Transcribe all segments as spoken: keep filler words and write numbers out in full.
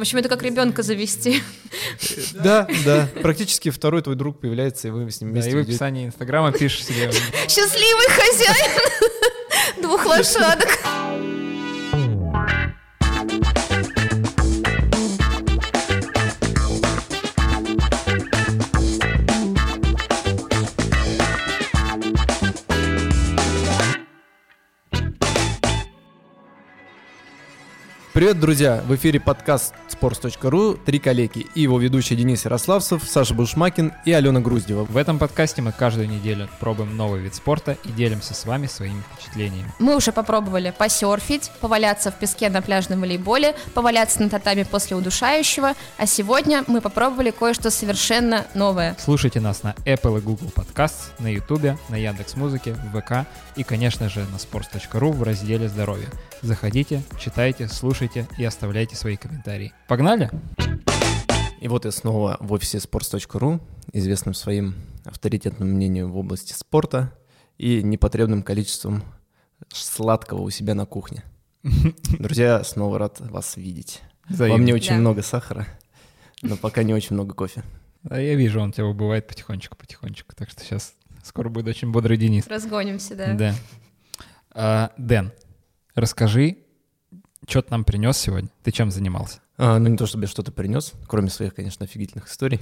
В общем, это как ребенка завести. Да, да. Практически второй твой друг появляется, и вы с ним вместе. Да, и в описании Инстаграма пишешь себе. Счастливый хозяин двух лошадок. Привет, друзья! В эфире подкаст спортс точка ру «Три коллеги» и его ведущие Денис Ярославцев, Саша Бушмакин и Алена Груздева. В этом подкасте мы каждую неделю пробуем новый вид спорта и делимся с вами своими впечатлениями. Мы уже попробовали посерфить, поваляться в песке на пляжном волейболе, поваляться на татами после удушающего, а сегодня мы попробовали кое-что совершенно новое. Слушайте нас на Apple и Google Podcasts, на YouTube, на Яндекс.Музыке, в ВК и, конечно же, на спортс точка ру в разделе «Здоровье». Заходите, читайте, слушайте и оставляйте свои комментарии. Погнали! И вот я снова в офисе спортс точка ру, известным своим авторитетным мнением в области спорта и непотребным количеством сладкого у себя на кухне. Друзья, снова рад вас видеть. Во мне очень да. много сахара, но пока не очень много кофе. А я вижу, он тебя убывает потихонечку-потихонечку, так что сейчас скоро будет очень бодрый Денис. Разгонимся, да. Да. А, Дэн, расскажи, что ты нам принес сегодня? Ты чем занимался? А, ну, не то, чтобы я что-то принес, кроме своих, конечно, офигительных историй.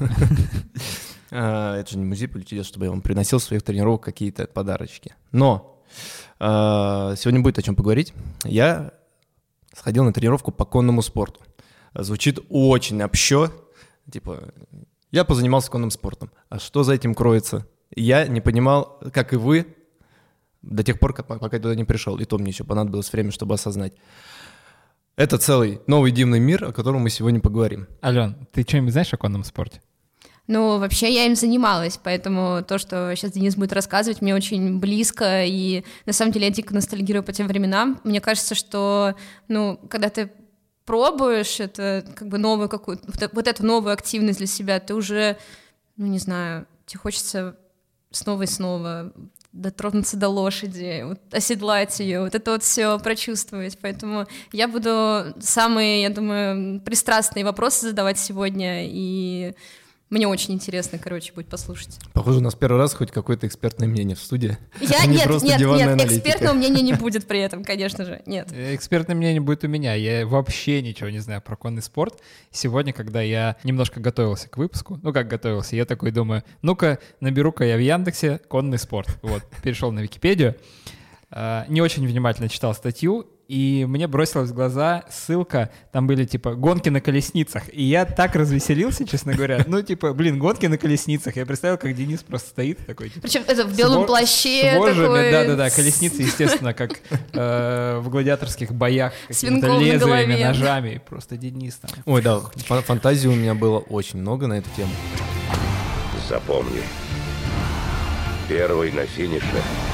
Это же не музей полетели, чтобы я вам приносил своих тренировок какие-то подарочки. Но сегодня будет о чем поговорить. Я сходил на тренировку по конному спорту. Звучит очень общо. Типа, я позанимался конным спортом. А что за этим кроется? Я не понимал, как и вы, до тех пор, пока я туда не пришел. И то мне еще понадобилось время, чтобы осознать. Это целый новый дивный мир, о котором мы сегодня поговорим. Ален, ты что-нибудь знаешь о конном спорте? Ну, вообще я им занималась, поэтому то, что сейчас Денис будет рассказывать, мне очень близко, и на самом деле я дико ностальгирую по тем временам. Мне кажется, что, ну, когда ты пробуешь это, как бы новую какую-то, вот эту новую активность для себя, ты уже, ну, не знаю, тебе хочется снова и снова дотронуться до лошади, вот, оседлать ее, вот это вот все прочувствовать. Поэтому я буду самые, я думаю, пристрастные вопросы задавать сегодня, и мне очень интересно, короче, будет послушать. Похоже, у нас первый раз хоть какое-то экспертное мнение в студии. Я, а не нет, просто нет, диванная нет, аналитика. экспертного мнения не будет при этом, конечно же, нет. Экспертное мнение будет у меня. Я вообще ничего не знаю про конный спорт. Сегодня, когда я немножко готовился к выпуску, ну как готовился, я такой думаю, ну-ка, наберу-ка я в Яндексе конный спорт. Вот, перешел на Википедию, не очень внимательно читал статью, и мне бросилась в глаза ссылка, там были типа гонки на колесницах, и я так развеселился, честно говоря, ну типа, блин, гонки на колесницах, я представил, как Денис просто стоит такой, типа, причем это в белом с плаще с вожжами, такой... да-да-да, колесницы, естественно, как э, в гладиаторских боях, С какими-то венком на лезвиями, голове. ножами, и просто Денис там. Ой, да, фан- фантазии у меня было очень много на эту тему. Запомни, первый на финише.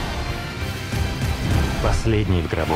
Последний в гробу.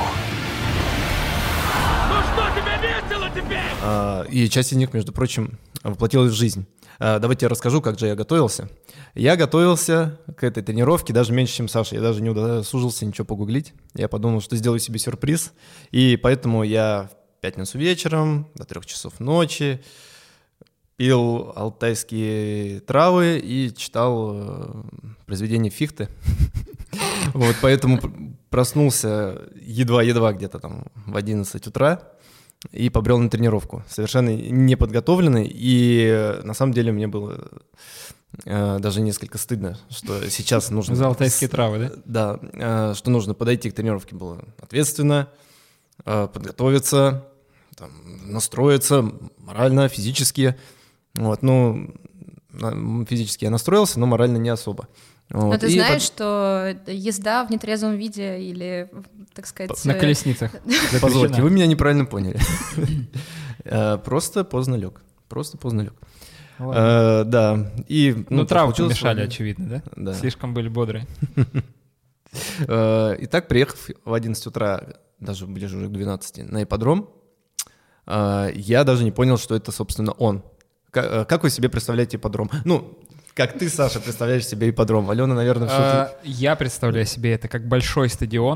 А, и часть из них, между прочим, воплотилась в жизнь. А, давайте я расскажу, как же я готовился. Я готовился к этой тренировке даже меньше, чем Саша. Я даже не удосужился ничего погуглить. Я подумал, что сделаю себе сюрприз. И поэтому я в пятницу вечером до трех часов ночи пил алтайские травы и читал э, произведения Фихте. Вот, поэтому проснулся едва-едва где-то там в одиннадцать утра и побрел на тренировку, совершенно неподготовленный, и на самом деле мне было э, даже несколько стыдно, что сейчас нужно... За алтайские травы, да? Да, э, что нужно подойти к тренировке было ответственно, э, подготовиться, там, настроиться морально, физически. Вот, ну, физически я настроился, но морально не особо. Вот. Но ты И знаешь, под... что езда в нетрезвом виде или, так сказать... На колесницах. Позвольте, вы меня неправильно поняли. Просто поздно лег. Просто поздно лег. Да. И, ну, травы помешали, очевидно, да? Да. Слишком были бодрые. Итак, приехав в одиннадцать утра, даже ближе уже к двенадцати, на ипподром, я даже не понял, что это, собственно, он. Как вы себе представляете ипподром? Ну, как ты, Саша, представляешь себе ипподром? Алена, наверное, в шутке. Я представляю себе это как большой стадион,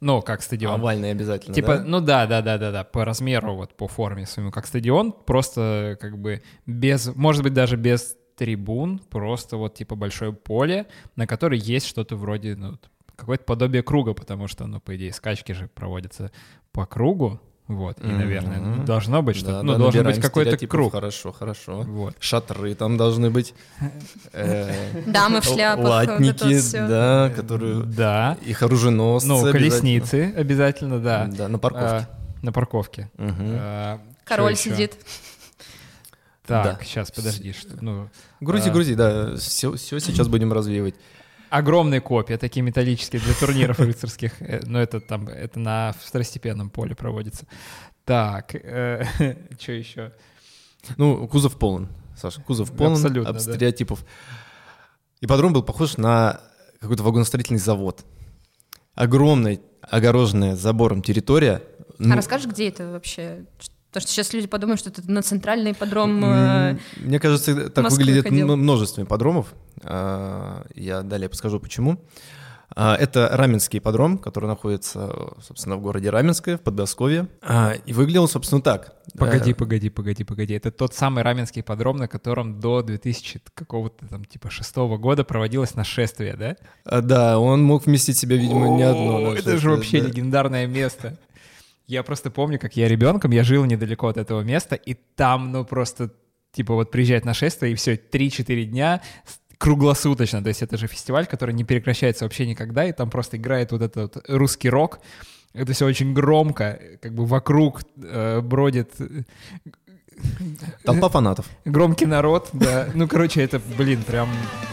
Ну, как стадион. Овальный обязательно, Типа, да? ну да, да, да, да, да, по размеру, вот по форме своему, как стадион, просто как бы без, может быть, даже без трибун, просто вот типа большое поле, на которое есть что-то вроде, ну, какое-то подобие круга, потому что, ну, по идее, скачки же проводятся по кругу, вот, и, наверное, Мгм. должно быть, что, Да, ну, да, должен набираем быть какой-то стереотипов. круг. Хорошо, хорошо. Вот. Шатры там должны быть. э, Дамы в шляпах, вот это вот Латники, всё. да, которые... Да, Их оруженосцы ну, обязательно. колесницы обязательно, да. Да, на парковке. А, на парковке. Мгм. А, Король чё ещё? сидит. Так, Да. сейчас, подожди. Что, ну, Грузи, а, грузи, да, все, сейчас будем развеивать. Огромные копья, такие металлические для турниров рыцарских. Э, Но это там, это на второстепенном поле проводится. Так, что еще? Ну, кузов полон, Саша, кузов полон Абсолютно, об да. стереотипов. Ипподром был похож на какой-то вагоностроительный завод. Огромная, огороженная забором территория. Ну, А расскажешь, где это вообще? Потому что сейчас люди подумают, что это на центральный ипподром. м, э, Мне кажется, так Москвы выглядит ходил. м- множество ипподромов. А, Я далее подскажу, почему. А, Это Раменский ипподром, который находится, собственно, в городе Раменское, в Подмосковье. А, И выглядел, собственно, так. Погоди, Э, погоди, погоди, погоди. Это тот самый Раменский ипподром, на котором до две тысячи какого-то там типа шестого года проводилось нашествие, да? а, Да, он мог вместить в себя, видимо, не одно. О, Это нашествие, же вообще да. легендарное место. Я просто помню, как я ребенком, я жил недалеко от этого места, и там, ну, просто, типа, вот приезжает нашествие, и все, три-четыре дня с- круглосуточно. То есть это же фестиваль, который не прекращается вообще никогда, и там просто играет вот этот вот русский рок. Это все очень громко, как бы вокруг э, бродит э, Толпа фанатов. громкий народ, да. Ну, короче, это, блин, прям...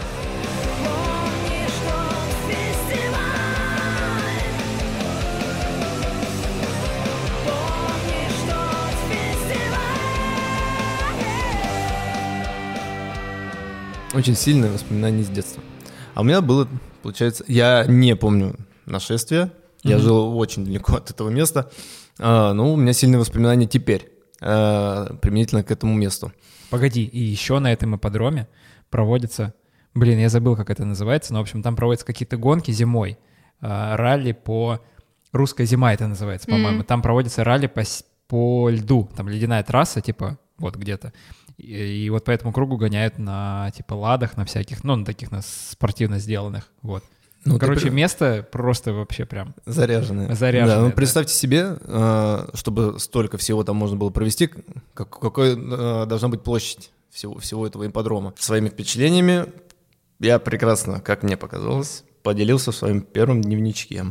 Очень сильное воспоминание из детства. А у меня было, получается, я не помню нашествия, я Мгм. жил очень далеко от этого места, а, но у меня сильные воспоминания теперь, а, применительно к этому месту. Погоди, и еще на этом ипподроме проводится... Блин, я забыл, как это называется, но, в общем, там проводятся какие-то гонки зимой. а, Ралли по... Русская зима это называется, по-моему. Мгм. Там проводится ралли по, с- по льду. Там ледяная трасса, типа, вот где-то. И, и вот по этому кругу гоняют на, типа, ладах, на всяких, ну, на таких, на спортивно сделанных, вот. Ну, ты Короче, при- место просто вообще прям... Заряженное. Заряженное, Да, ну, да. представьте себе, а, чтобы столько всего там можно было провести, как, какой а, должна быть площадь всего, всего этого ипподрома. Своими впечатлениями я прекрасно, как мне показалось, поделился в своем первом дневничке.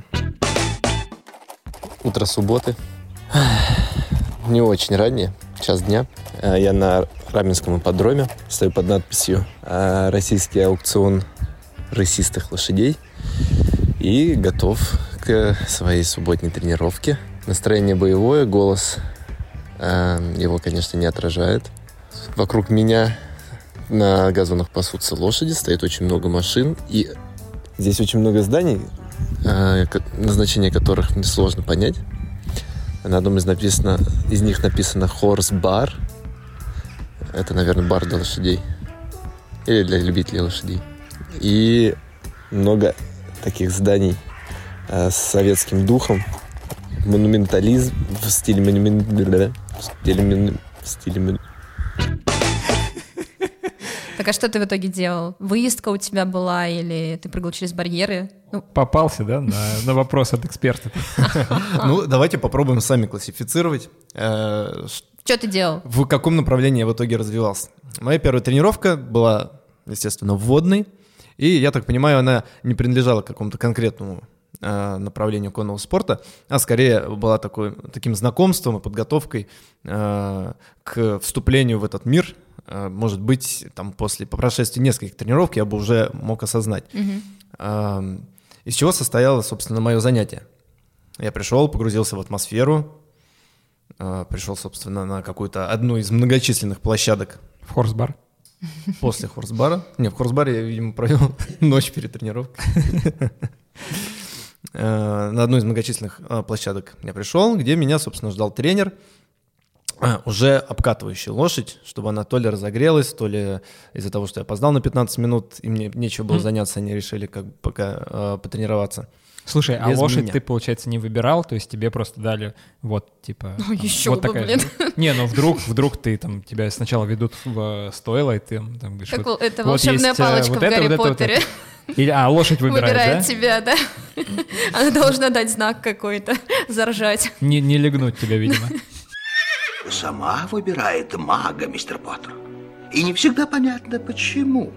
Утро субботы. Не очень раннее, час дня. Э, Я на Раменском ипподроме, стою под надписью э, «Российский аукцион рысистых лошадей» и готов к своей субботней тренировке. Настроение боевое, голос э, его, конечно, не отражает. Вокруг меня на газонах пасутся лошади, стоит очень много машин, и здесь очень много зданий, э, ко- назначение которых мне сложно понять. На одном из, написано, из них написано «Horse Bar». Это, наверное, бар для лошадей. Или для любителей лошадей. И много таких зданий э, с советским духом. Монументализм в стиле монумент... В стиле, мон- в стиле мон- Так а что ты в итоге делал? Выездка у тебя была или ты прыгал через барьеры? Ну, Попался, да, на, на вопрос от эксперта. Ну, давайте попробуем сами классифицировать, э, ш- что ты делал? в каком направлении я в итоге развивался. Моя первая тренировка была, естественно, вводной, и, я так понимаю, она не принадлежала к какому-то конкретному э, направлению конного спорта, а скорее была такой, таким знакомством и подготовкой э, к вступлению в этот мир. Э, может быть, там, после, по прошествии нескольких тренировок я бы уже мог осознать. Мгм. Эм, Из чего состояло, собственно, мое занятие. Я пришел, погрузился в атмосферу, э, пришел, собственно, на какую-то одну из многочисленных площадок В хорсбар. после хорсбара. Не, в хорсбаре я, видимо, провел ночь перед тренировкой. Э, На одну из многочисленных э, площадок я пришел, где меня, собственно, ждал тренер, э, уже обкатывающий лошадь, чтобы она то ли разогрелась, то ли из-за того, что я опоздал на пятнадцать минут, и мне нечего было Мгм. заняться, они решили как бы пока э, потренироваться. Слушай, а без лошадь меня. ты, получается, не выбирал, то есть тебе просто дали вот, типа... Ну, там, еще вот бы, такая... блин. Не, ну вдруг, вдруг ты там, тебя сначала ведут в стойло, и ты там говоришь... Как вот, это вот волшебная есть, э, палочка вот в это, Гарри вот это, вот Поттере. это. Или, а, лошадь выбирает, Выбирает да? тебя, да. Она должна дать знак какой-то, заржать. Не, не легнуть тебя, видимо. Сама выбирает мага, мистер Поттер. И не всегда понятно, почему.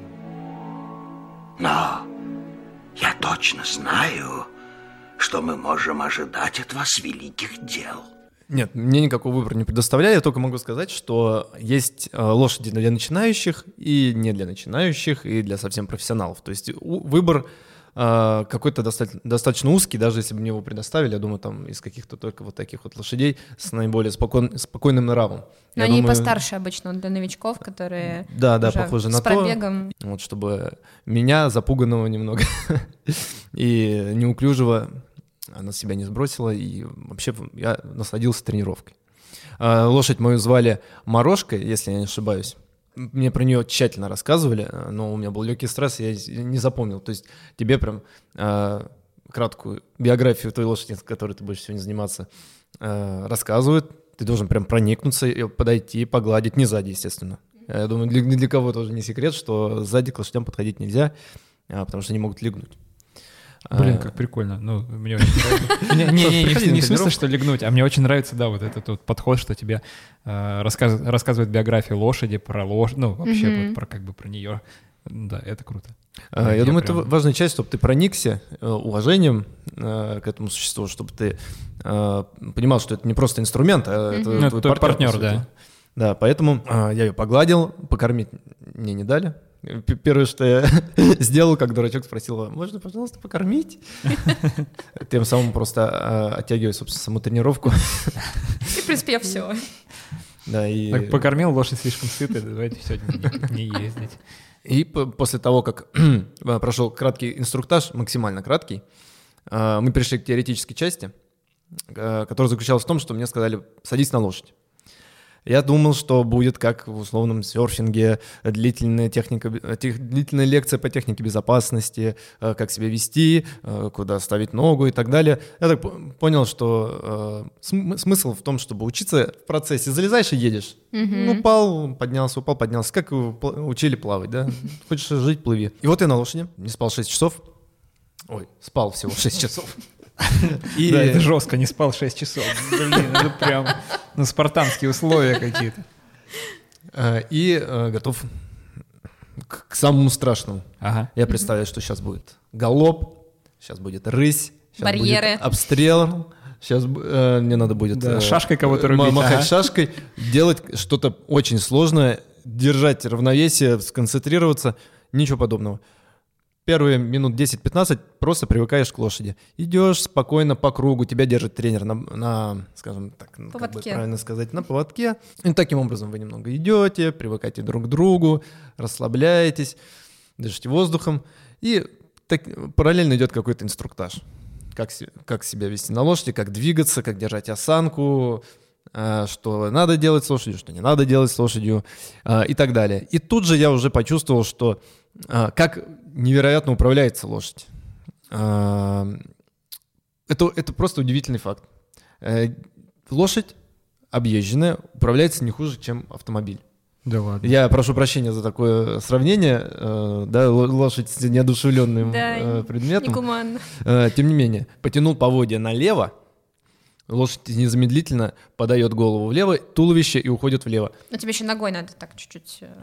Но я точно знаю, что мы можем ожидать от вас великих дел. Нет, мне никакого выбора не предоставляю, я только могу сказать, что есть э, лошади для начинающих и не для начинающих, и для совсем профессионалов. То есть у, выбор э, какой-то доста- достаточно узкий, даже если бы мне его предоставили, я думаю, там из каких-то только вот таких вот лошадей с наиболее спокой, спокойным нравом. Но Я они думаю, постарше обычно, для новичков, которые Да, да, уже похоже с на то. пробегом. Вот, чтобы меня, запуганного немного и неуклюжего, она себя не сбросила, и вообще я насладился тренировкой. А, лошадь мою звали Морошкой, если я не ошибаюсь. Мне про нее тщательно рассказывали, но у меня был легкий стресс, и я не запомнил. То есть тебе прям а, краткую биографию той лошади, с которой ты будешь сегодня заниматься, а, рассказывают. Ты должен прям проникнуться, и подойти, погладить, не сзади, естественно. Я думаю, для, для кого тоже не секрет, что сзади к лошадям подходить нельзя, а, потому что они могут легнуть. Блин, А, как прикольно. Ну, мне очень нравится. Не, не, не, не, не в смысле, что легнуть, а мне очень нравится, да, вот этот вот подход, что тебе э, рассказ, рассказывает биографию лошади, про лошадь, ну, вообще Мгм. вот про как бы про нее. Да, это круто. А, Да, Я я думаю, прям- это важная часть, чтобы ты проникся э, уважением э, к этому существу, чтобы ты э, понимал, что это не просто инструмент, а это Ну, это твой твой партнер, партнер, по сути. да. Да, поэтому э, я ее погладил, покормить мне не дали. П- Первое, что я сделал, как дурачок, спросил: можно, пожалуйста, покормить? Тем самым просто э, оттягиваю, собственно, саму тренировку. И, в принципе, я все. Да, и... Так, покормил, лошадь слишком сытая, давайте сегодня не, не ездить. И п- после того, как прошел краткий инструктаж, максимально краткий, э, мы пришли к теоретической части, э, которая заключалась в том, что мне сказали: садись на лошадь. Я думал, что будет как в условном серфинге, длительная, техника, э, тех- длительная лекция по технике безопасности, э, как себя вести, э, куда ставить ногу и так далее. Я так по- понял, что э, см- смысл в том, чтобы учиться в процессе. Залезаешь и едешь. Ну, упал, поднялся, упал, поднялся. Как вы пла- учили плавать, да? Хочешь жить, плыви. И вот я на лошади, не спал шесть часов. Ой, спал всего шесть часов. И Да, это жестко, не спал шесть часов. Блин, это прям, ну, спартанские условия какие-то. э, и э, готов к к самому страшному. Ага. Я представляю, что сейчас будет галоп, сейчас будет рысь, сейчас Барьеры. будет обстрел, сейчас мне надо будет Да, э, шашкой кого-то э, рубить, ма- махать ага. шашкой, делать что-то очень сложное, держать равновесие, сконцентрироваться, ничего подобного. Первые минут десять-пятнадцать просто привыкаешь к лошади. Идешь спокойно по кругу, тебя держит тренер на, на, скажем так, ну, как бы Поводке. правильно сказать, на поводке. И таким образом вы немного идете, привыкаете друг к другу, расслабляетесь, дышите воздухом. И так, параллельно идет какой-то инструктаж. Как, се- как себя вести на лошади, как двигаться, как держать осанку, э, что надо делать с лошадью, что не надо делать с лошадью э, и так далее. И тут же я уже почувствовал, что э, как невероятно управляется лошадь. Э, Это, это просто удивительный факт. Э, Лошадь объезженная управляется не хуже, чем автомобиль. Да ладно. Я прошу прощения за такое сравнение, э, да, л- лошадь с неодушевленным Да, э, предметом. Негуманно. Э, Тем не менее, потянул поводья налево, лошадь незамедлительно подает голову влево, туловище и уходит влево. Но тебе еще ногой надо так чуть-чуть... э,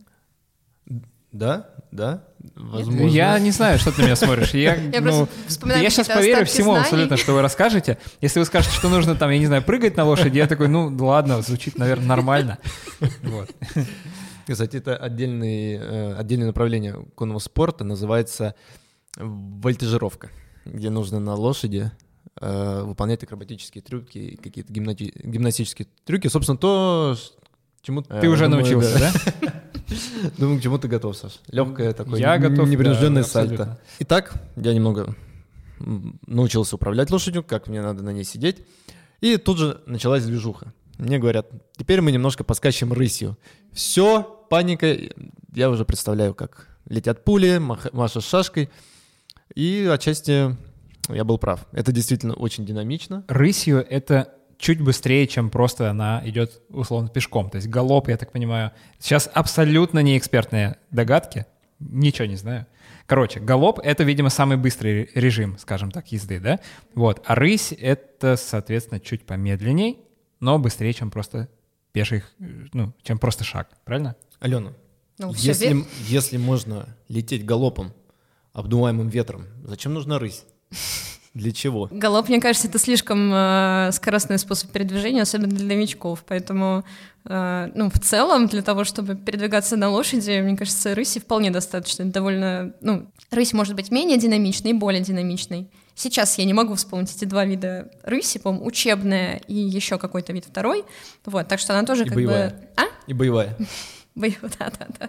Да, да, возможно. Я не знаю, что ты на меня смотришь. Я, Я ну, просто вспоминаю я сейчас какие-то поверю остатки всему знаний. абсолютно, что вы расскажете. Если вы скажете, что нужно там, я не знаю, прыгать на лошади, я такой, ну ладно, звучит, наверное, нормально. Вот. Кстати, это отдельный, э, отдельное направление конного спорта, называется вольтежировка, где нужно на лошади э, выполнять акробатические трюки, и какие-то гимнати- гимнастические трюки. Собственно, то, ш- чему... Ты уже научился, да? Думаю, к чему ты готов, Саш. Легкое такое, Я готов, непринужденное да, сальто. абсолютно. Итак, я немного м, научился управлять лошадью, как мне надо на ней сидеть. И тут же началась движуха. Мне говорят: теперь мы немножко поскачем рысью. Все, паника. Я уже представляю, как летят пули, мах- машешь шашкой. И отчасти я был прав. Это действительно очень динамично. Рысью это чуть быстрее, чем просто она идет условно пешком. То есть галоп, я так понимаю, сейчас абсолютно не экспертные догадки, ничего не знаю. Короче, галоп — это, видимо, самый быстрый режим, скажем так, езды, да? Вот. А рысь — это, соответственно, чуть помедленней, но быстрее, чем просто пеший, ну, чем просто шаг, правильно? Алена, Ну, всё если, ве- если можно лететь галопом, обдуваемым ветром, зачем нужна рысь? Для чего? Галоп, мне кажется, это слишком э, скоростной способ передвижения, особенно для новичков. Поэтому, э, ну, в целом, для того, чтобы передвигаться на лошади, мне кажется, рыси вполне достаточно. Это довольно, ну, рысь может быть менее динамичной и более динамичной. Сейчас я не могу вспомнить эти два вида рыси, по-моему, учебная и еще какой-то вид второй. Вот, так что она тоже И как боевая. бы... А? И боевая. Боевая, да-да-да.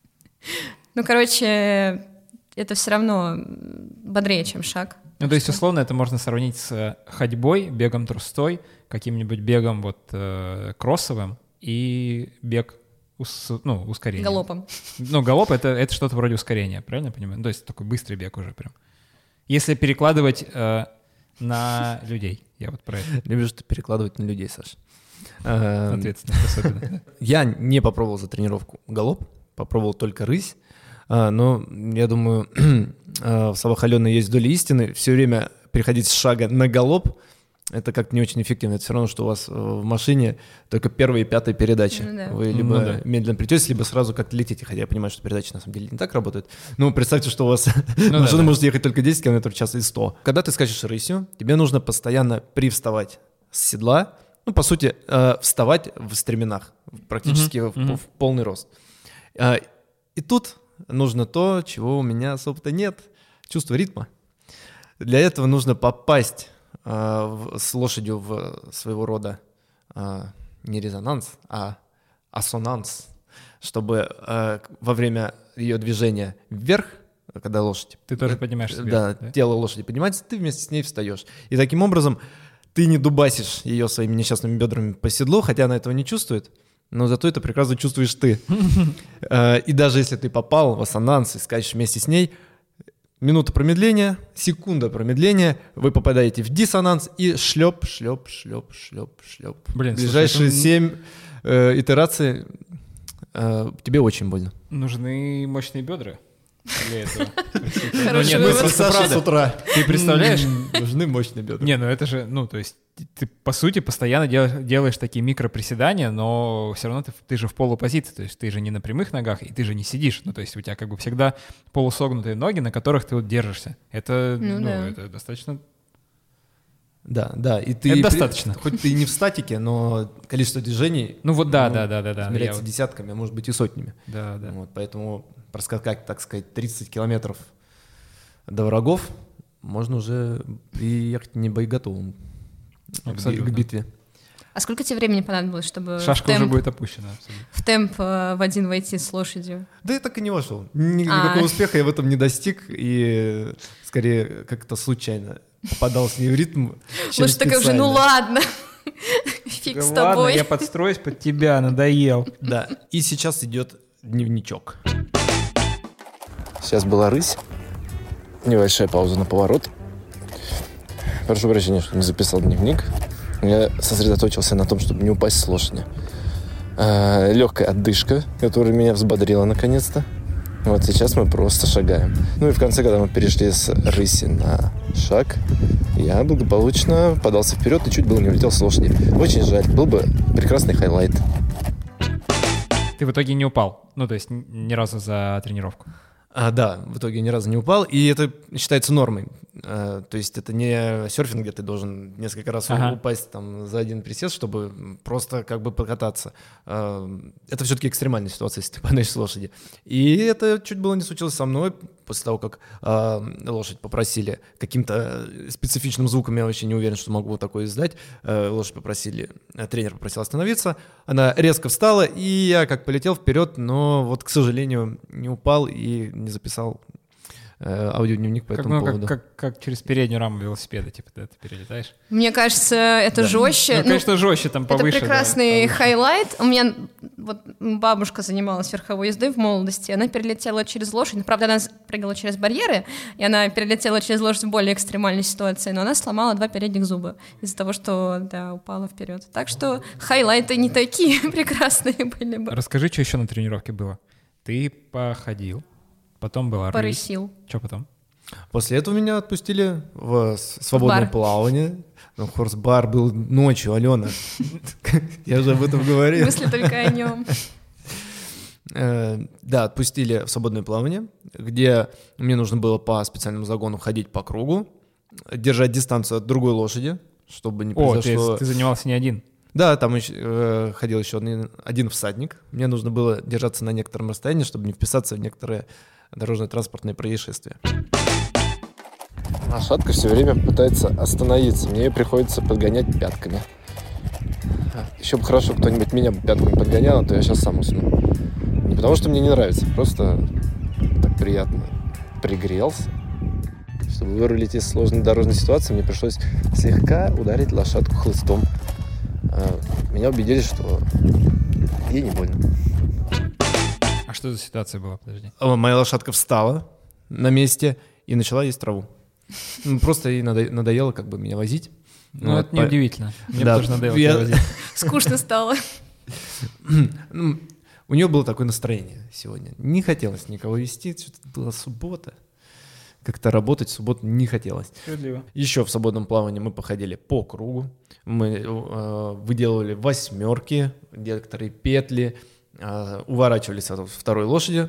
Ну, короче, это все равно бодрее, чем шаг. Ну, то есть, условно, это можно сравнить с ходьбой, бегом трустой, каким-нибудь бегом вот э, кроссовым и бег ус, ну, ускорением. Галопом. Ну, галоп — это, это что-то вроде ускорения, правильно я понимаю? Ну, то есть такой быстрый бег уже прям. Если перекладывать э, на людей. Я вот про это. Любишь ты перекладывать на людей, Саш. Эм, Ответственность особенно. да. Я не попробовал за тренировку галоп, попробовал только рысь, а, но я думаю, а, в словах Алены есть доля истины. Все время переходить с шага на галоп — это как-то не очень эффективно. Это все равно, что у вас э, в машине только первая и пятая передача. Ну да. Вы либо Ну да. медленно придете, либо сразу как-то летите. Хотя я понимаю, что передачи на самом деле не так работают. Ну, представьте, что у вас да, машина да. может ехать только десять километров в час и сто. Когда ты скачешь рысью, тебе нужно постоянно привставать с седла, ну, по сути, э, вставать в стременах, практически Мгм, в, мгм. в полный рост. Э, и тут нужно то, чего у меня особо-то нет, чувство ритма. Для этого нужно попасть э, в- с лошадью в своего рода э, не резонанс, а ассонанс, чтобы э, во время ее движения вверх, когда лошадь... Ты тоже э, поднимаешься Да, вверх, да? тело лошади поднимается, ты вместе с ней встаешь. И таким образом ты не дубасишь ее своими несчастными бедрами по седлу, хотя она этого не чувствует, но зато это прекрасно чувствуешь ты. Э, И даже если ты попал в ассонанс и скачешь вместе с ней, минута промедления, секунда промедления, вы попадаете в диссонанс и шлеп, шлеп, шлеп, шлеп, шлеп. Блин, слушай, Ближайшие это м- семь э, итераций э, тебе очень больно. Нужны мощные бедра для этого. Простите. Ну, Хороший нет, ну, вывод. просто правда. утра. Ты представляешь? Нужны мощные бедра. Не, ну это же, ну, то есть ты, по сути, постоянно дел- делаешь такие микроприседания, но все равно ты, в- ты же в полупозиции, то есть ты же не на прямых ногах, и ты же не сидишь, ну, то есть у тебя как бы всегда полусогнутые ноги, на которых ты вот держишься. Это, Ну ну, да. это достаточно... Да, да. И ты Это при- достаточно. Хоть ты и не в статике, но количество движений Ну вот да, ну, да, да, да, да. Я измеряется вот- десятками, а может быть и сотнями. Да, да. Вот, поэтому проскакать, так сказать, тридцать километров до врагов можно уже и ехать не боеготовым к би- Абсолютно. к битве. А сколько тебе времени понадобилось, чтобы в Шашка уже темп, будет опущена. абсолютно. в темп э, в один войти с лошадью? Да я так и не вошел. Ни- Никакого А. успеха я в этом не достиг, и скорее как-то случайно попадал с ней в ритм, чем Лошадь такая уже, ну специально. ладно, фиг Да с ладно, тобой. я подстроюсь под тебя, надоел. Да, и сейчас идет дневничок. Сейчас была рысь. Небольшая пауза на поворот. Прошу прощения, что не записал дневник. Я сосредоточился на том, чтобы не упасть с лошади. А, легкая отдышка, которая меня взбодрила наконец-то. Вот сейчас мы просто шагаем. Ну и в конце, когда мы перешли с рыси на шаг, я благополучно подался вперед и чуть было не улетел с лошади. Очень жаль, был бы прекрасный хайлайт. Ты в итоге не упал, ну то есть н- ни разу за тренировку. А, да, в итоге ни разу не упал, и это считается нормой. А, то есть это не серфинг, где ты должен несколько раз Ага. упасть там, за один присест, чтобы просто как бы покататься. А, это все-таки экстремальная ситуация, если ты падаешь с лошади. И это чуть было не случилось со мной, после того, как а, лошадь попросили каким-то специфичным звуком, я вообще не уверен, что могу вот такое издать, а, лошадь попросили, а, тренер попросил остановиться, она резко встала, и я как полетел вперед, но вот, к сожалению, не упал и не записал э, аудиодневник по Как, этому ну, поводу. как, как, как через переднюю раму велосипеда, типа, ты это перелетаешь. Мне кажется, это Да. жестче. Ну, конечно, жестче, там повыше. Это прекрасный да, хайлайт. У меня вот бабушка занималась верховой ездой в молодости, она перелетела через лошадь. Правда, она прыгала через барьеры, и она перелетела через лошадь в более экстремальной ситуации, но она сломала два передних зуба из-за того, что, да, упала вперед. Так что хайлайты не такие прекрасные были бы. Расскажи, что еще на тренировке было. Ты походил, потом была рысь. Порысил. Что потом? После этого меня отпустили в с- свободное бар. плавание. Ну, хорс-бар был ночью, Алена. Я же об этом говорил. Мысли только о нем. Э, Да, отпустили в свободное плавание, где мне нужно было по специальному загону ходить по кругу, держать дистанцию от другой лошади, чтобы не О, ты, произошло... ты занимался не один. Да, там еще, э, ходил еще один, один всадник. Мне нужно было держаться на некотором расстоянии, чтобы не вписаться в некоторые дорожно-транспортные происшествия. Лошадка все время пытается остановиться. Мне ее приходится подгонять пятками. Еще бы хорошо, кто-нибудь меня бы пятками подгонял, а то я сейчас сам усну. Не потому, что мне не нравится, просто так приятно пригрелся. Чтобы вырулить из сложной дорожной ситуации, мне пришлось слегка ударить лошадку хлыстом. Меня убедили, что ей не больно. А что за ситуация была, подожди? А моя лошадка встала на месте и начала есть траву. Ну, просто ей надо- надоело как бы меня возить. Ну, Вот, это по- неудивительно. Мне Да, бы тоже надоело я- тебя возить. Скучно стало. Ну, у нее было такое настроение сегодня. Не хотелось никого вести, что-то была суббота. Как-то работать в субботу не хотелось. Справедливо. Еще в свободном плавании мы походили по кругу. Мы э, выделывали восьмерки, некоторые петли, э, уворачивались от второй лошади.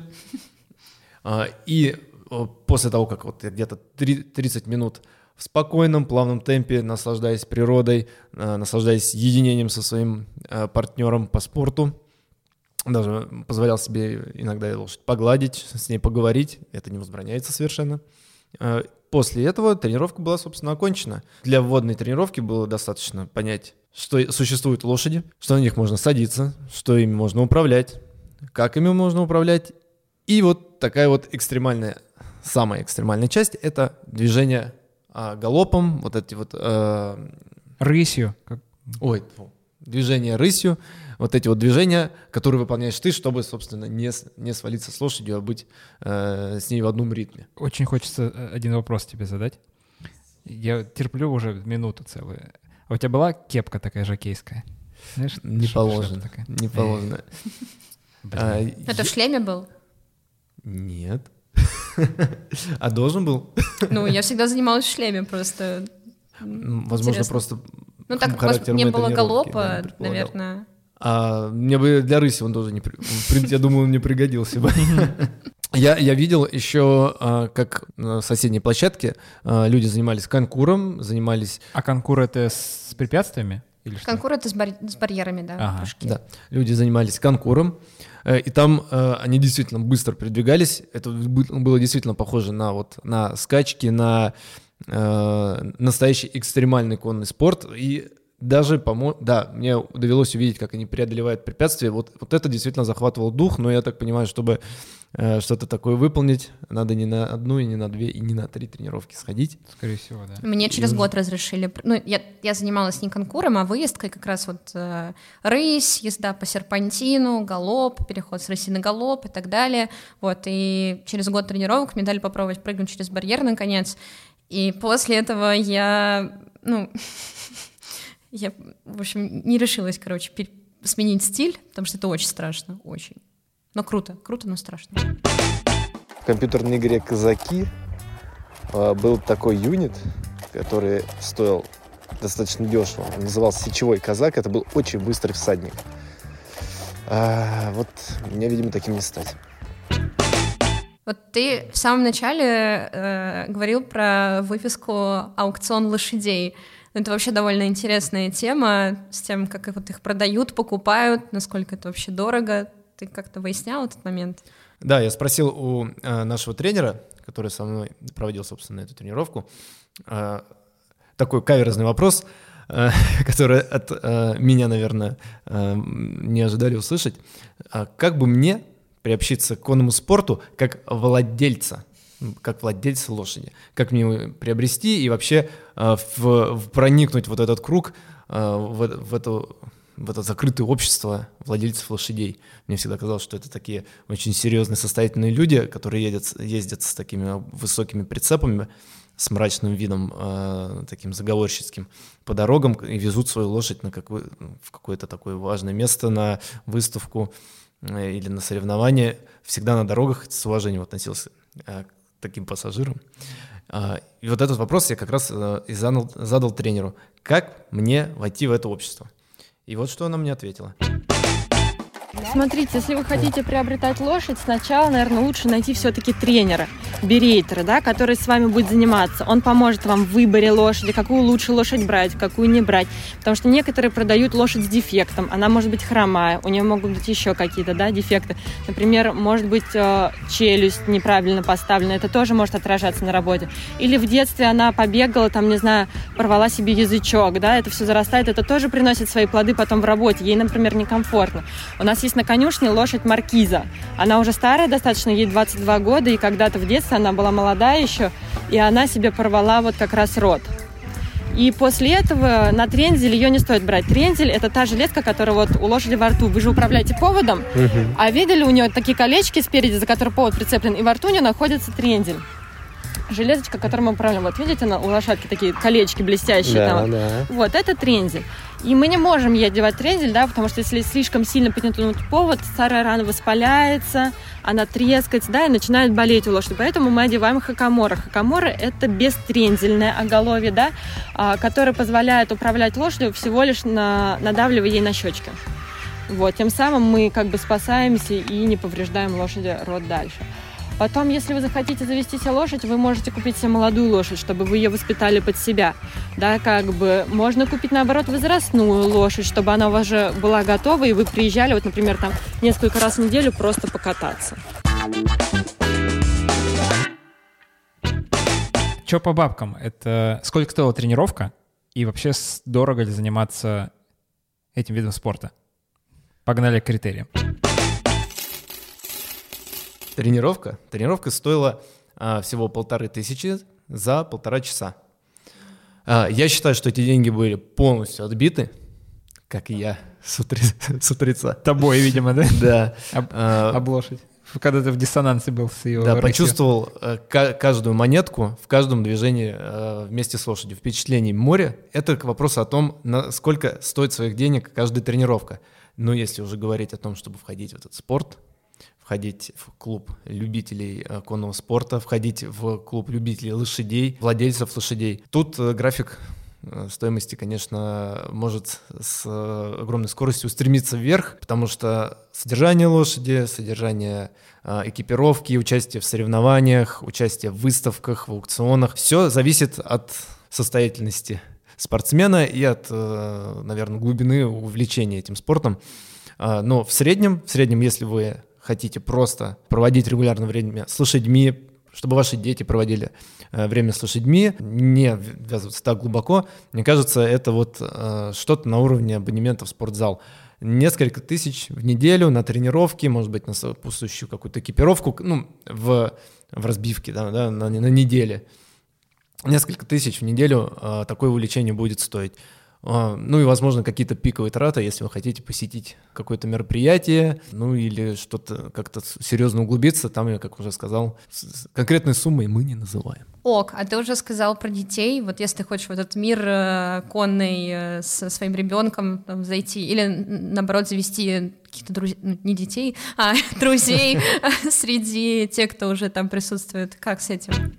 Э, и э, после того, как вот я где-то три- тридцать минут в спокойном, плавном темпе, наслаждаясь природой, э, наслаждаясь единением со своим э, партнером по спорту, даже позволял себе иногда лошадь погладить, с ней поговорить. Это не возбраняется совершенно. Э, После этого тренировка была, собственно, окончена. Для вводной тренировки было достаточно понять, что существуют лошади, что на них можно садиться, что ими можно управлять, как ими можно управлять. И вот такая вот экстремальная, самая экстремальная часть — это движение а, галопом, вот эти вот... э, Рысью. Как... Ой, фу. Движение рысью, вот эти вот движения, которые выполняешь ты, чтобы, собственно, не, с- не свалиться с лошадью, а быть э, с ней в одном ритме. Очень хочется э, один вопрос тебе задать. Я терплю уже минуту целую. А у тебя была кепка такая жокейская? Знаешь, Не шляпа положено, такая? не положено. Блин. А, Это в шлеме был? Нет. А должен был? Ну, я всегда занималась в шлеме, просто... М, Возможно, Интересно. просто Ну, так как у вас характер не моей было тренировки, да, галопа, не предполагал. наверное. А мне бы для рыси он тоже не... при- при- Я думаю, он не пригодился бы. Я, я видел еще, а, как на соседней площадке а, люди занимались конкуром, занимались... А конкур это с препятствиями? Или что? Конкур — это с, бар- с барьерами, да, Ага. прыжки. Да, люди занимались конкуром, э, и там э, они действительно быстро передвигались. Это бы- было действительно похоже на, вот, на скачки, на э, настоящий экстремальный конный спорт. И даже, помо... да, мне довелось увидеть, как они преодолевают препятствия. Вот, вот это действительно захватывало дух, но я так понимаю, чтобы э, что-то такое выполнить, надо не на одну, и не на две, и не на три тренировки сходить. Скорее всего, да. Мне через год разрешили. пр- Ну, я, я занималась не конкуром, а выездкой, как раз вот э, рысь, езда по серпантину, галоп, переход с рыси на галоп и так далее. Вот, и через год тренировок мне дали попробовать прыгнуть через барьер наконец. И после этого я, ну, я, в общем, не решилась, короче, пер- сменить стиль, потому что это очень страшно, очень. Но круто, круто, но страшно. В компьютерной игре «Казаки» э, был такой юнит, который стоил достаточно дешево. Он назывался «Сечевой казак». Это был очень быстрый всадник. А, вот мне, видимо, таким не стать. Вот ты в самом начале э, говорил про выписку аукцион лошадей. Это вообще довольно интересная тема с тем, как вот их продают, покупают, насколько это вообще дорого. Ты как-то выяснял этот момент? Да, я спросил у э, нашего тренера, который со мной проводил, собственно, эту тренировку, э, такой каверзный вопрос, э, который от э, меня, наверное, э, не ожидали услышать. А как бы мне приобщиться к конному спорту как владельца как владельца лошади. Как мне его приобрести и вообще э, в, в проникнуть в вот этот круг, э, в, в, эту, в это закрытое общество владельцев лошадей. Мне всегда казалось, что это такие очень серьезные, состоятельные люди, которые едят, ездят с такими высокими прицепами, с мрачным видом, э, таким заговорщицким, по дорогам и везут свою лошадь на какой, в какое-то такое важное место, на выставку э, или на соревнования. Всегда на дорогах с уважением относился э, к таким пассажирам. Э, и вот этот вопрос я как раз э, и задал, задал тренеру. Как мне войти в это общество? И вот что она мне ответила. Смотрите, если вы хотите приобретать лошадь, сначала, наверное, лучше найти все-таки тренера, берейтера, да, который с вами будет заниматься. Он поможет вам в выборе лошади, какую лучше лошадь брать, какую не брать. Потому что некоторые продают лошадь с дефектом. Она может быть хромая, у нее могут быть еще какие-то, да, дефекты. Например, может быть челюсть неправильно поставлена. Это тоже может отражаться на работе. Или в детстве она побегала, там, не знаю, порвала себе язычок, да, это все зарастает. Это тоже приносит свои плоды потом в работе. Ей, например, некомфортно. У нас есть на конюшне лошадь Маркиза. Она уже старая достаточно, ей двадцать два года, и когда-то в детстве она была молодая еще, и она себе порвала вот как раз рот. И после этого на трензель ее не стоит брать. Трензель – это та железка, которая вот у лошади во рту. Вы же управляете поводом, uh-huh. а видели у нее такие колечки спереди, за которые повод прицеплен, и во рту у нее находится трензель. Железочка, которой мы управляем. Вот видите, на, у лошадки такие колечки блестящие. Да, там. да. Вот, это трензель. И мы не можем ей одевать трензель, да, потому что если слишком сильно потянуть повод, старая рана воспаляется, она трескается, да, и начинает болеть у лошади. Поэтому мы одеваем хакамора. Хакамора – это бестрензельное оголовье, да, которое позволяет управлять лошадью, всего лишь на, надавливая ей на щечки. Вот, тем самым мы как бы спасаемся и не повреждаем лошади рот дальше. Потом, если вы захотите завести себе лошадь, вы можете купить себе молодую лошадь, чтобы вы ее воспитали под себя. Да, как бы можно купить, наоборот, возрастную лошадь, чтобы она уже была готова, и вы приезжали, вот, например, там несколько раз в неделю просто покататься. Че по бабкам? Это сколько стоила тренировка? И вообще дорого ли заниматься этим видом спорта? Погнали к критериям. Тренировка? Тренировка стоила а, всего полторы тысячи за полтора часа. А, я считаю, что эти деньги были полностью отбиты, как и я с, утре, с утреца. Тобой, видимо, да? Да. Об, а, об лошадь. Когда ты в диссонансе был с ее Да, рысью. почувствовал а, к- каждую монетку в каждом движении а, вместе с лошадью. Впечатлений моря. Это к вопросу о том, сколько стоит своих денег каждая тренировка. Но если уже говорить о том, чтобы входить в этот спорт, входить в клуб любителей конного спорта, входить в клуб любителей лошадей, владельцев лошадей. Тут график стоимости, конечно, может с огромной скоростью устремиться вверх, потому что содержание лошади, содержание экипировки, участие в соревнованиях, участие в выставках, в аукционах, все зависит от состоятельности спортсмена и от, наверное, глубины увлечения этим спортом. Но в среднем, в среднем, если вы хотите просто проводить регулярное время с лошадьми, чтобы ваши дети проводили э, время с лошадьми, не ввязываться так глубоко, мне кажется, это вот э, что-то на уровне абонемента в спортзал. Несколько тысяч в неделю на тренировки, может быть, на сопутствующую какую-то экипировку, ну, в, в разбивке, да, да, на, на неделе. Несколько тысяч в неделю э, такое увлечение будет стоить. Ну и, возможно, какие-то пиковые траты, если вы хотите посетить какое-то мероприятие, ну или что-то как-то серьезно углубиться, там, я, как уже сказал, конкретной суммой мы не называем. Ок, а ты уже сказал про детей, вот если ты хочешь в этот мир э, конный э, со своим ребенком там, зайти, или наоборот завести каких-то друзей, ну, не детей, а друзей среди тех, кто уже там присутствует, как с этим?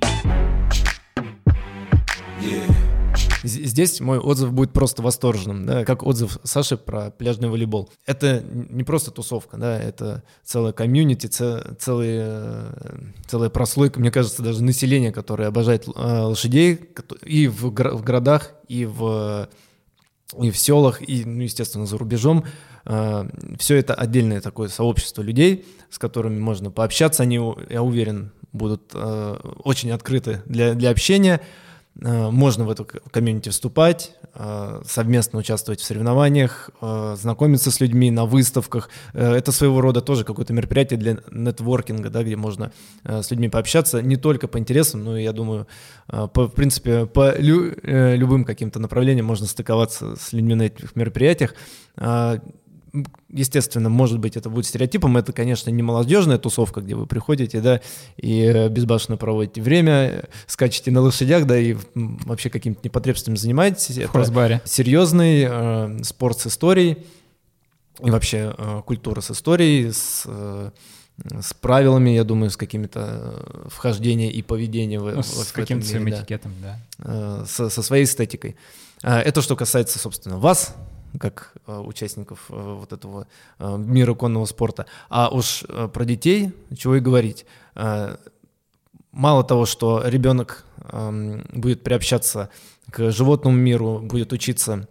Здесь мой отзыв будет просто восторженным, да, как отзыв Саши про пляжный волейбол. Это не просто тусовка, да, это целая комьюнити, целая, целая прослойка, мне кажется, даже населения, которое обожает лошадей и в городах, и в, и в селах, и, ну, естественно, за рубежом. Все это отдельное такое сообщество людей, с которыми можно пообщаться. Они, я уверен, будут очень открыты для, для общения. можно в эту комьюнити вступать, совместно участвовать в соревнованиях, знакомиться с людьми на выставках. Это своего рода тоже какое-то мероприятие для нетворкинга, да, где можно с людьми пообщаться не только по интересам, но и, я думаю, по, в принципе, по лю- любым каким-то направлениям можно стыковаться с людьми на этих мероприятиях. Естественно, может быть, это будет стереотипом. Это, конечно, не молодежная тусовка, где вы приходите, да, и безбашенно проводите время, скачете на лошадях, да, и вообще какими-то непотребствами занимаетесь. В кроссбаре. Серьезный э, спорт с историей и вообще э, культура с историей, с, э, с правилами, я думаю, с какими-то вхождения и поведения в, ну, в, с в каким-то своим да. этикетом, да. Э, со, со своей эстетикой. Э, это что касается, собственно, вас, как э, участников э, вот этого э, мира конного спорта. А уж э, про детей, чего и говорить. Э, мало того, что ребенок э, будет приобщаться к животному миру, будет учиться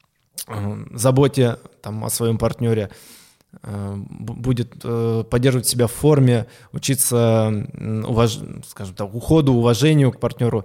э, заботе там, о своем партнере, э, будет э, поддерживать себя в форме, учиться э, уваж... скажем так, уходу, уважению к партнеру.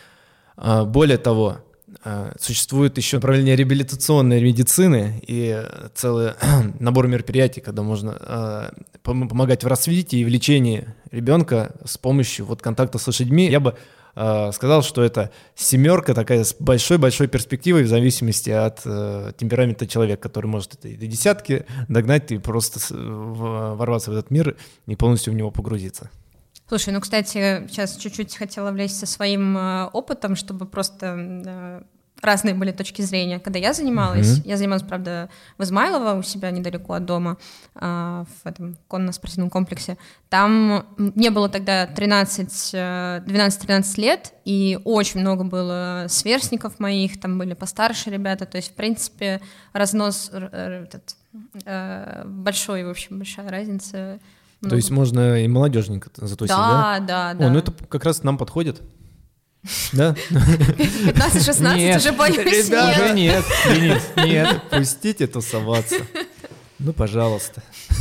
Э, более того, существует еще направление реабилитационной медицины и целый набор мероприятий, когда можно э, помогать в развитии и в лечении ребенка с помощью вот контакта с лошадьми. Я бы э, сказал, что это семерка такая с большой-большой перспективой в зависимости от э, темперамента человека, который может это и до десятки догнать и просто с, в, ворваться в этот мир и полностью в него погрузиться. Слушай, ну, кстати, сейчас чуть-чуть хотела влезть со своим э, опытом, чтобы просто э, разные были точки зрения. Когда я занималась, mm-hmm. я занималась, правда, в Измайлово, у себя недалеко от дома, э, в этом конно-спортивном комплексе. Там мне было тогда двенадцать-тринадцать лет, и очень много было сверстников моих, там были постарше ребята, то есть, в принципе, разнос э, этот, э, большой, в общем, большая разница. То много. Есть можно и молодежненько затусить, да? Да, да, да. О, ну это как раз нам подходит. Да? пятнадцать-шестнадцать уже боюсь. Уже нет, Денис, нет. Пустите тусоваться. Ну, пожалуйста.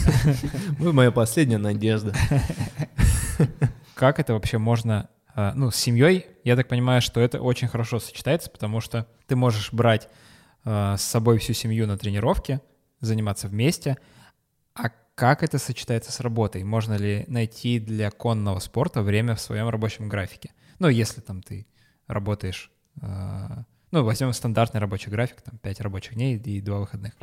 Вы моя последняя надежда. Как это вообще можно... Ну, с семьей, я так понимаю, что это очень хорошо сочетается, потому что ты можешь брать с собой всю семью на тренировки, заниматься вместе, а как это сочетается с работой? Можно ли найти для конного спорта время в своем рабочем графике? Ну, если там ты работаешь, э, ну, возьмем стандартный рабочий график, там пять рабочих дней и два выходных.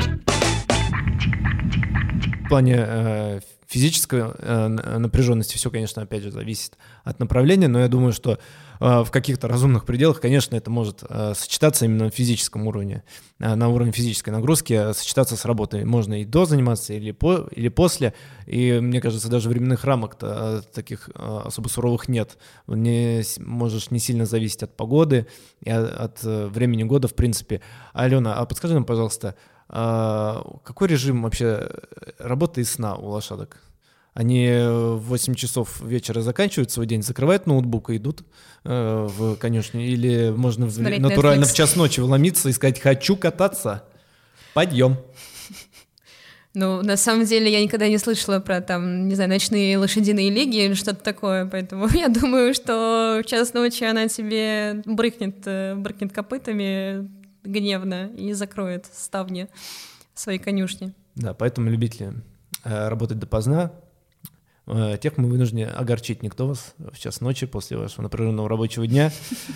В плане э, физической э, напряженности все, конечно, опять же, зависит от направления, но я думаю, что э, в каких-то разумных пределах, конечно, это может э, сочетаться именно на физическом уровне, э, на уровне физической нагрузки, э, сочетаться с работой. Можно и до заниматься, или, по, или после, и, мне кажется, даже временных рамок-то э, таких э, особо суровых нет. Не, можешь не сильно зависеть от погоды и от, от э, времени года, в принципе. Алена, а подскажи нам, пожалуйста, А какой режим вообще работы и сна у лошадок? Они в восемь часов вечера заканчивают свой день, закрывают ноутбук и идут э, в конюшню? Или можно в, натурально Netflix в час ночи вломиться и сказать «хочу кататься, подъем»? Ну, на самом деле, я никогда не слышала про, там, не знаю, ночные лошадиные лиги или что-то такое, поэтому я думаю, что в час ночи она тебе брыкнет, брыкнет копытами гневно и закроет ставни своей конюшни. Да, поэтому любители э, работать допоздна, э, тех мы вынуждены огорчить. Никто вас в час ночи после вашего напряженного рабочего дня...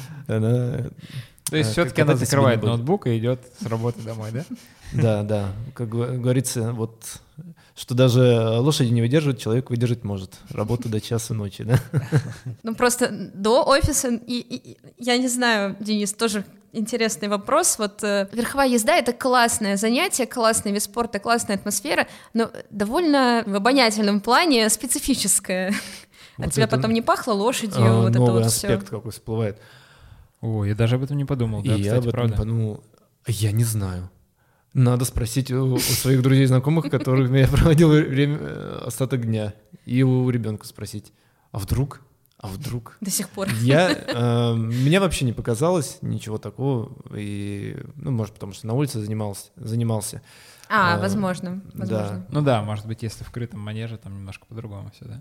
То есть все-таки она закрывает ноутбук и идет с работы домой, да? Да, да. Как говорится, вот что даже лошади не выдерживают, человек выдержать может. Работу до часа ночи, да? Ну просто до офиса, и, и, я не знаю, Денис, тоже интересный вопрос. Вот э, верховая езда — это классное занятие, классный вид спорта, классная атмосфера, но довольно в обонятельном плане специфическое. Вот от тебя потом не пахло лошадью, а, вот это новый вот аспект все. какой всплывает. О, я даже об этом не подумал. И да, я кстати, об этом правда. не подумал. Я не знаю. Надо спросить у, у своих друзей и знакомых, которых я проводил время, остаток дня, и у ребенка спросить, а вдруг? А вдруг? До сих пор. Я, э, мне вообще не показалось ничего такого, и, ну, может, потому что на улице занимался. занимался. А, э, возможно, возможно. Да. Ну да, может быть, если в крытом манеже, там немножко по-другому все, да?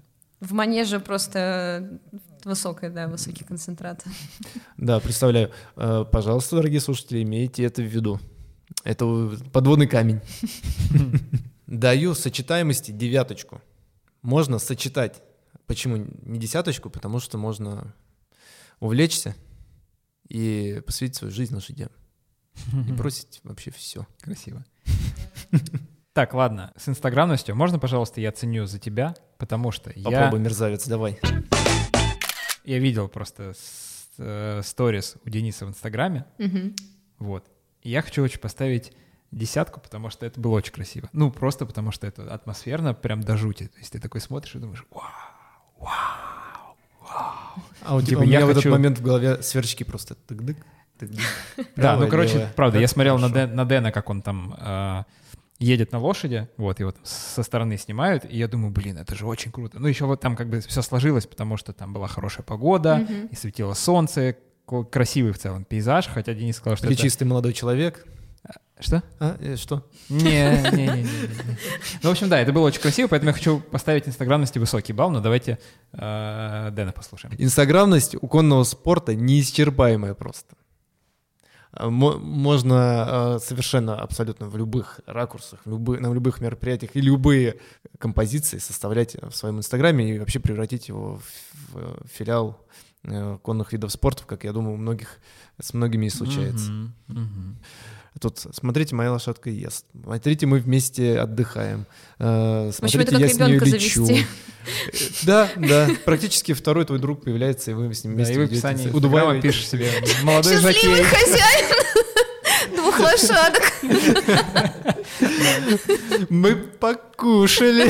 В манеже просто высокая, да, высокий концентрат. Да, представляю. Э, Пожалуйста, дорогие слушатели, имейте это в виду. Это подводный камень. Даю сочетаемости девяточку. Можно сочетать. Почему не десяточку? Потому что можно увлечься и посвятить свою жизнь лошадям. И бросить вообще все. Красиво. Так, ладно, с инстаграмностью можно, пожалуйста, я ценю за тебя, потому что я... Попробуй, мерзавец, давай. Я видел просто с- э, сторис у Дениса в инстаграме, Мгм. вот. И я хочу очень поставить десятку, потому что это было очень красиво. Ну, просто потому что это атмосферно, прям до жути. То есть ты такой смотришь и думаешь, вау, вау, вау. А у тебя Типа, у я меня в этот хочу- момент в голове сверчки просто тык-дык, тык-дык. Да, Правая, ну, короче, левая. правда, я Это смотрел на, хорошо. Дэ- на Дэна, как он там э, едет на лошади, вот, его там со стороны снимают, и я думаю, блин, это же очень круто. Ну, еще вот там как бы все сложилось, потому что там была хорошая погода, Мгм. и светило солнце, ко- красивый в целом пейзаж, хотя Денис сказал, что это... Плечистый молодой человек. Что? А, э, что? Не, не, не, не, не. Ну, в общем, да, это было очень красиво, поэтому я хочу поставить инстаграмности высокий балл, но давайте э, Дэна послушаем. Инстаграмность у конного спорта неисчерпаемая просто. А, мо- Можно э, совершенно абсолютно в любых ракурсах, в любы- на любых мероприятиях и любые композиции составлять в своем инстаграме и вообще превратить его в, в филиал э, конных видов спорта, как я думаю, у многих с многими и случается. Мгм, мгм. Тут смотрите, моя лошадка ест. Смотрите, мы вместе отдыхаем. Э, В общем, это Смотрите, как я с нее ребенка лечу. завести. Э, Да, да. Практически второй твой друг появляется, и вы с ним Да, вместе и в ведете, описании Инстаграма удваиваете. пишешь себе «Молодой Счастливый жокей». хозяин двух лошадок. Мы покушали.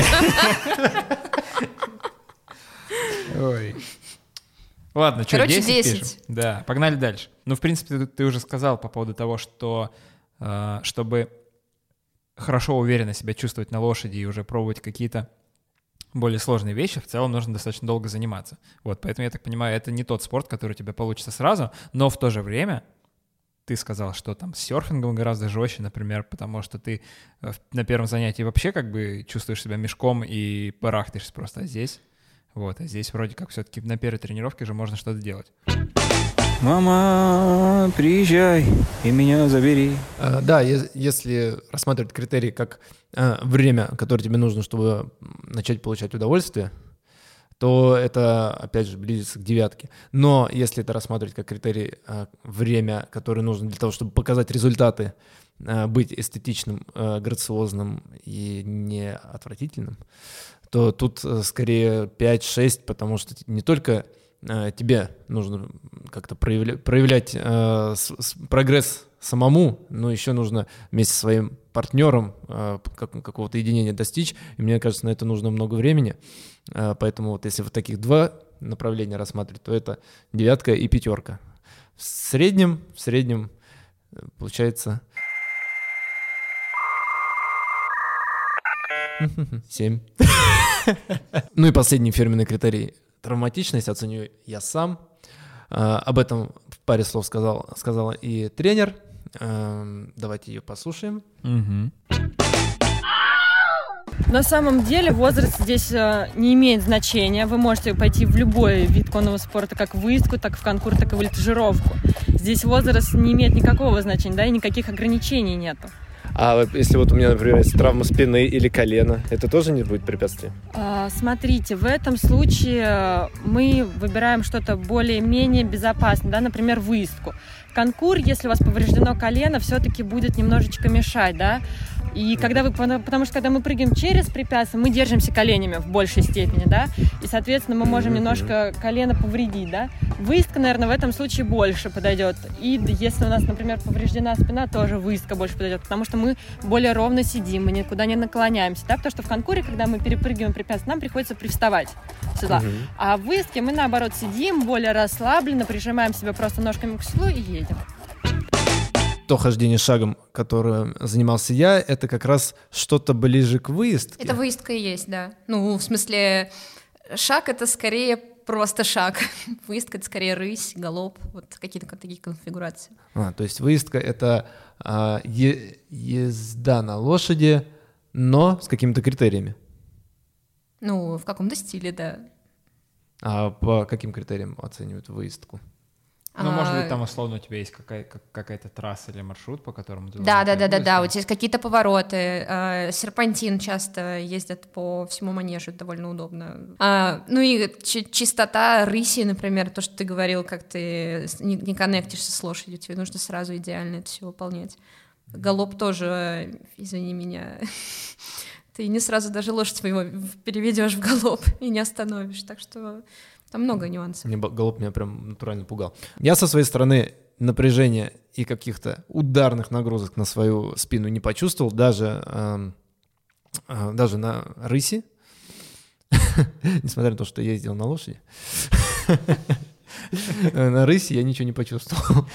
Ой. Ладно, что, Короче, десять десять. пишем? Да, погнали дальше. Ну, в принципе, ты, ты уже сказал по поводу того, что э, чтобы хорошо, уверенно себя чувствовать на лошади и уже пробовать какие-то более сложные вещи, в целом нужно достаточно долго заниматься. Вот, поэтому, я так понимаю, это не тот спорт, который у тебя получится сразу, но в то же время ты сказал, что там с серфингом гораздо жестче, например, потому что ты э, в- на первом занятии вообще как бы чувствуешь себя мешком и барахтаешься просто, а здесь... Вот, а здесь вроде как все-таки на первой тренировке же можно что-то делать. Мама, приезжай и меня забери. А, Да, е- если рассматривать критерии как а, время, которое тебе нужно, чтобы начать получать удовольствие, то это, опять же, близится к девятке. Но если это рассматривать как критерий а, время, которое нужно для того, чтобы показать результаты, а, быть эстетичным, а, грациозным и не отвратительным, то тут э, скорее пять-шесть, потому что не только э, тебе нужно как-то проявля- проявлять э, с- с- прогресс самому, но еще нужно вместе со своим партнером э, как- какого-то единения достичь. И мне кажется, на это нужно много времени. Э, поэтому вот если вот таких два направления рассматривать, то это девятка и пятерка. В среднем, в среднем э, получается семь. Ну и последний фирменный критерий. Травматичность оценю я сам. А, Об этом в паре слов сказал, сказала и тренер. Эм, Давайте ее послушаем. Мгм. На самом деле возраст здесь э, не имеет значения. Вы можете пойти в любой вид конного спорта, как в выездку, так и в конкур, так и в летажировку. Здесь возраст не имеет никакого значения, да, и никаких ограничений нету. А вот если вот у меня, например, есть травма спины или колена, это тоже не будет препятствием? А, Смотрите, в этом случае мы выбираем что-то более-менее безопасное, да, например, выездку. Конкур, если у вас повреждено колено, все-таки будет немножечко мешать, да. И когда вы, потому что когда мы прыгаем через препятствие, мы держимся коленями в большей степени, да, и, соответственно, мы можем немножко колено повредить, да. Выездка, наверное, в этом случае больше подойдет. И если у нас, например, повреждена спина, тоже выездка больше подойдет, потому что мы более ровно сидим, мы никуда не наклоняемся, да, потому что в конкуре, когда мы перепрыгиваем препятствие, нам приходится привставать сюда. Мгм. А в выездке мы, наоборот, сидим более расслабленно, прижимаем себя просто ножками к седлу и едем. То хождение шагом, которым занимался я, это как раз что-то ближе к выездке. Это выездка и есть, да. Ну, в смысле, шаг — это скорее просто шаг. Выездка — это скорее рысь, галоп, вот какие-то такие конфигурации. А, то есть выездка — это а, е- езда на лошади, но с какими-то критериями. Ну, в каком-то стиле, да. А по каким критериям оценивают выездку? Ну, А, может быть, там условно у тебя есть какая- как- какая-то трасса или маршрут, по которому ты... Да, должен да, да, да, да. проехать. У тебя есть какие-то повороты. э, Серпантин часто ездят по всему манежу, это довольно удобно. А, ну и чи- чистота рыси, например, то, что ты говорил, как ты с- не, не коннектишься с лошадью, тебе нужно сразу идеально это все выполнять. Галоп тоже, извини меня, ты не сразу даже лошадь своего переведешь в галоп и не остановишь, так что там много нюансов. Мне ба- галоп меня прям натурально пугал. Я со своей стороны напряжения и каких-то ударных нагрузок на свою спину не почувствовал, даже, эм, э, даже на рыси, несмотря на то, что я ездил на лошади. На рыси я ничего не почувствовал.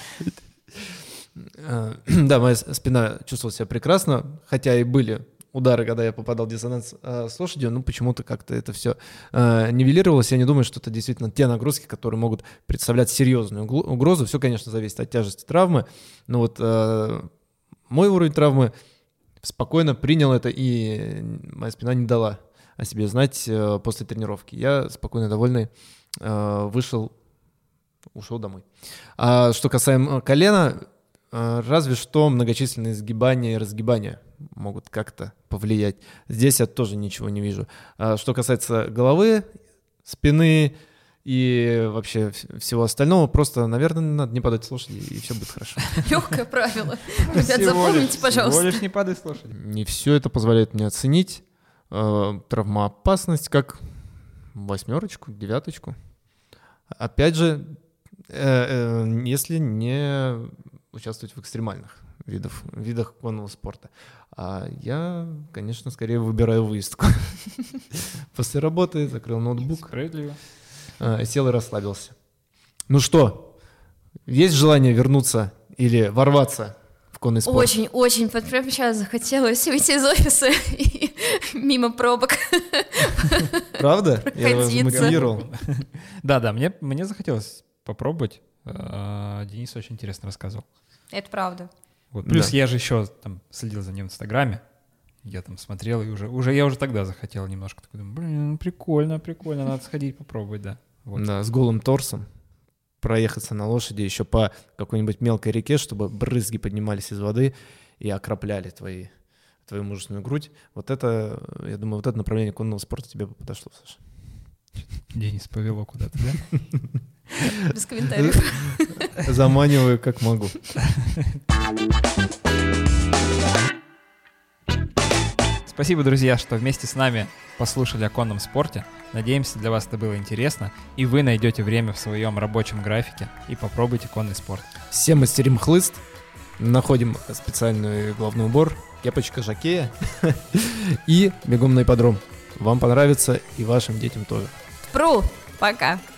Э, Да, моя с- спина чувствовала себя прекрасно, хотя и были удары, когда я попадал в диссонанс э, с лошадью, ну почему-то как-то это все нивелировалось. Я не думаю, что это действительно те нагрузки, которые могут представлять серьезную углу- угрозу. Все, конечно, зависит от тяжести травмы, но вот э, мой уровень травмы спокойно принял это, и моя спина не дала о себе знать э, после тренировки. Я спокойно довольный э, вышел, ушел домой. А что касаемо колена, э, разве что многочисленные сгибания и разгибания могут как-то повлиять. Здесь я тоже ничего не вижу. А что касается головы, спины и вообще вс- всего остального, просто, наверное, надо не падать с лошади, и все будет хорошо. Легкое правило. Ребят, Всего лишь- запомните, Всего пожалуйста. лишь не падай с лошади. Не все это позволяет мне оценить э, травмоопасность как восьмерочку, девяточку. Опять же, э, э, если не участвовать в экстремальных видов, видах конного спорта. А я, конечно, скорее выбираю выездку. После работы закрыл ноутбук, Справедливо. э, сел и расслабился. Ну что, есть желание вернуться или ворваться в конный спорт? Очень-очень, вот прямо сейчас захотелось выйти из офиса и мимо пробок. Правда? Я вас Проходиться. замотивировал. Да-да, мне, мне захотелось попробовать. А, Денис очень интересно рассказывал. Это правда. Вот. Плюс Да. я же еще там следил за ним в Инстаграме. Я там смотрел, и уже, уже я уже тогда захотел немножко. Такой, думаю, блин, прикольно, прикольно, надо сходить попробовать, да. Вот. Да, с голым торсом проехаться на лошади еще по какой-нибудь мелкой реке, чтобы брызги поднимались из воды и окропляли твои, твою мужественную грудь. Вот это, я думаю, вот это направление конного спорта тебе бы подошло, Саша. Денис повело куда-то, да? Без комментариев. Заманиваю как могу. Спасибо, друзья, что вместе с нами послушали о конном спорте. Надеемся, для вас это было интересно, и вы найдете время в своем рабочем графике и попробуйте конный спорт. Все мастерим хлыст, находим специальный головной убор, кепочка жокея и бегом на ипподром. Вам понравится и вашим детям тоже. Пру, пока.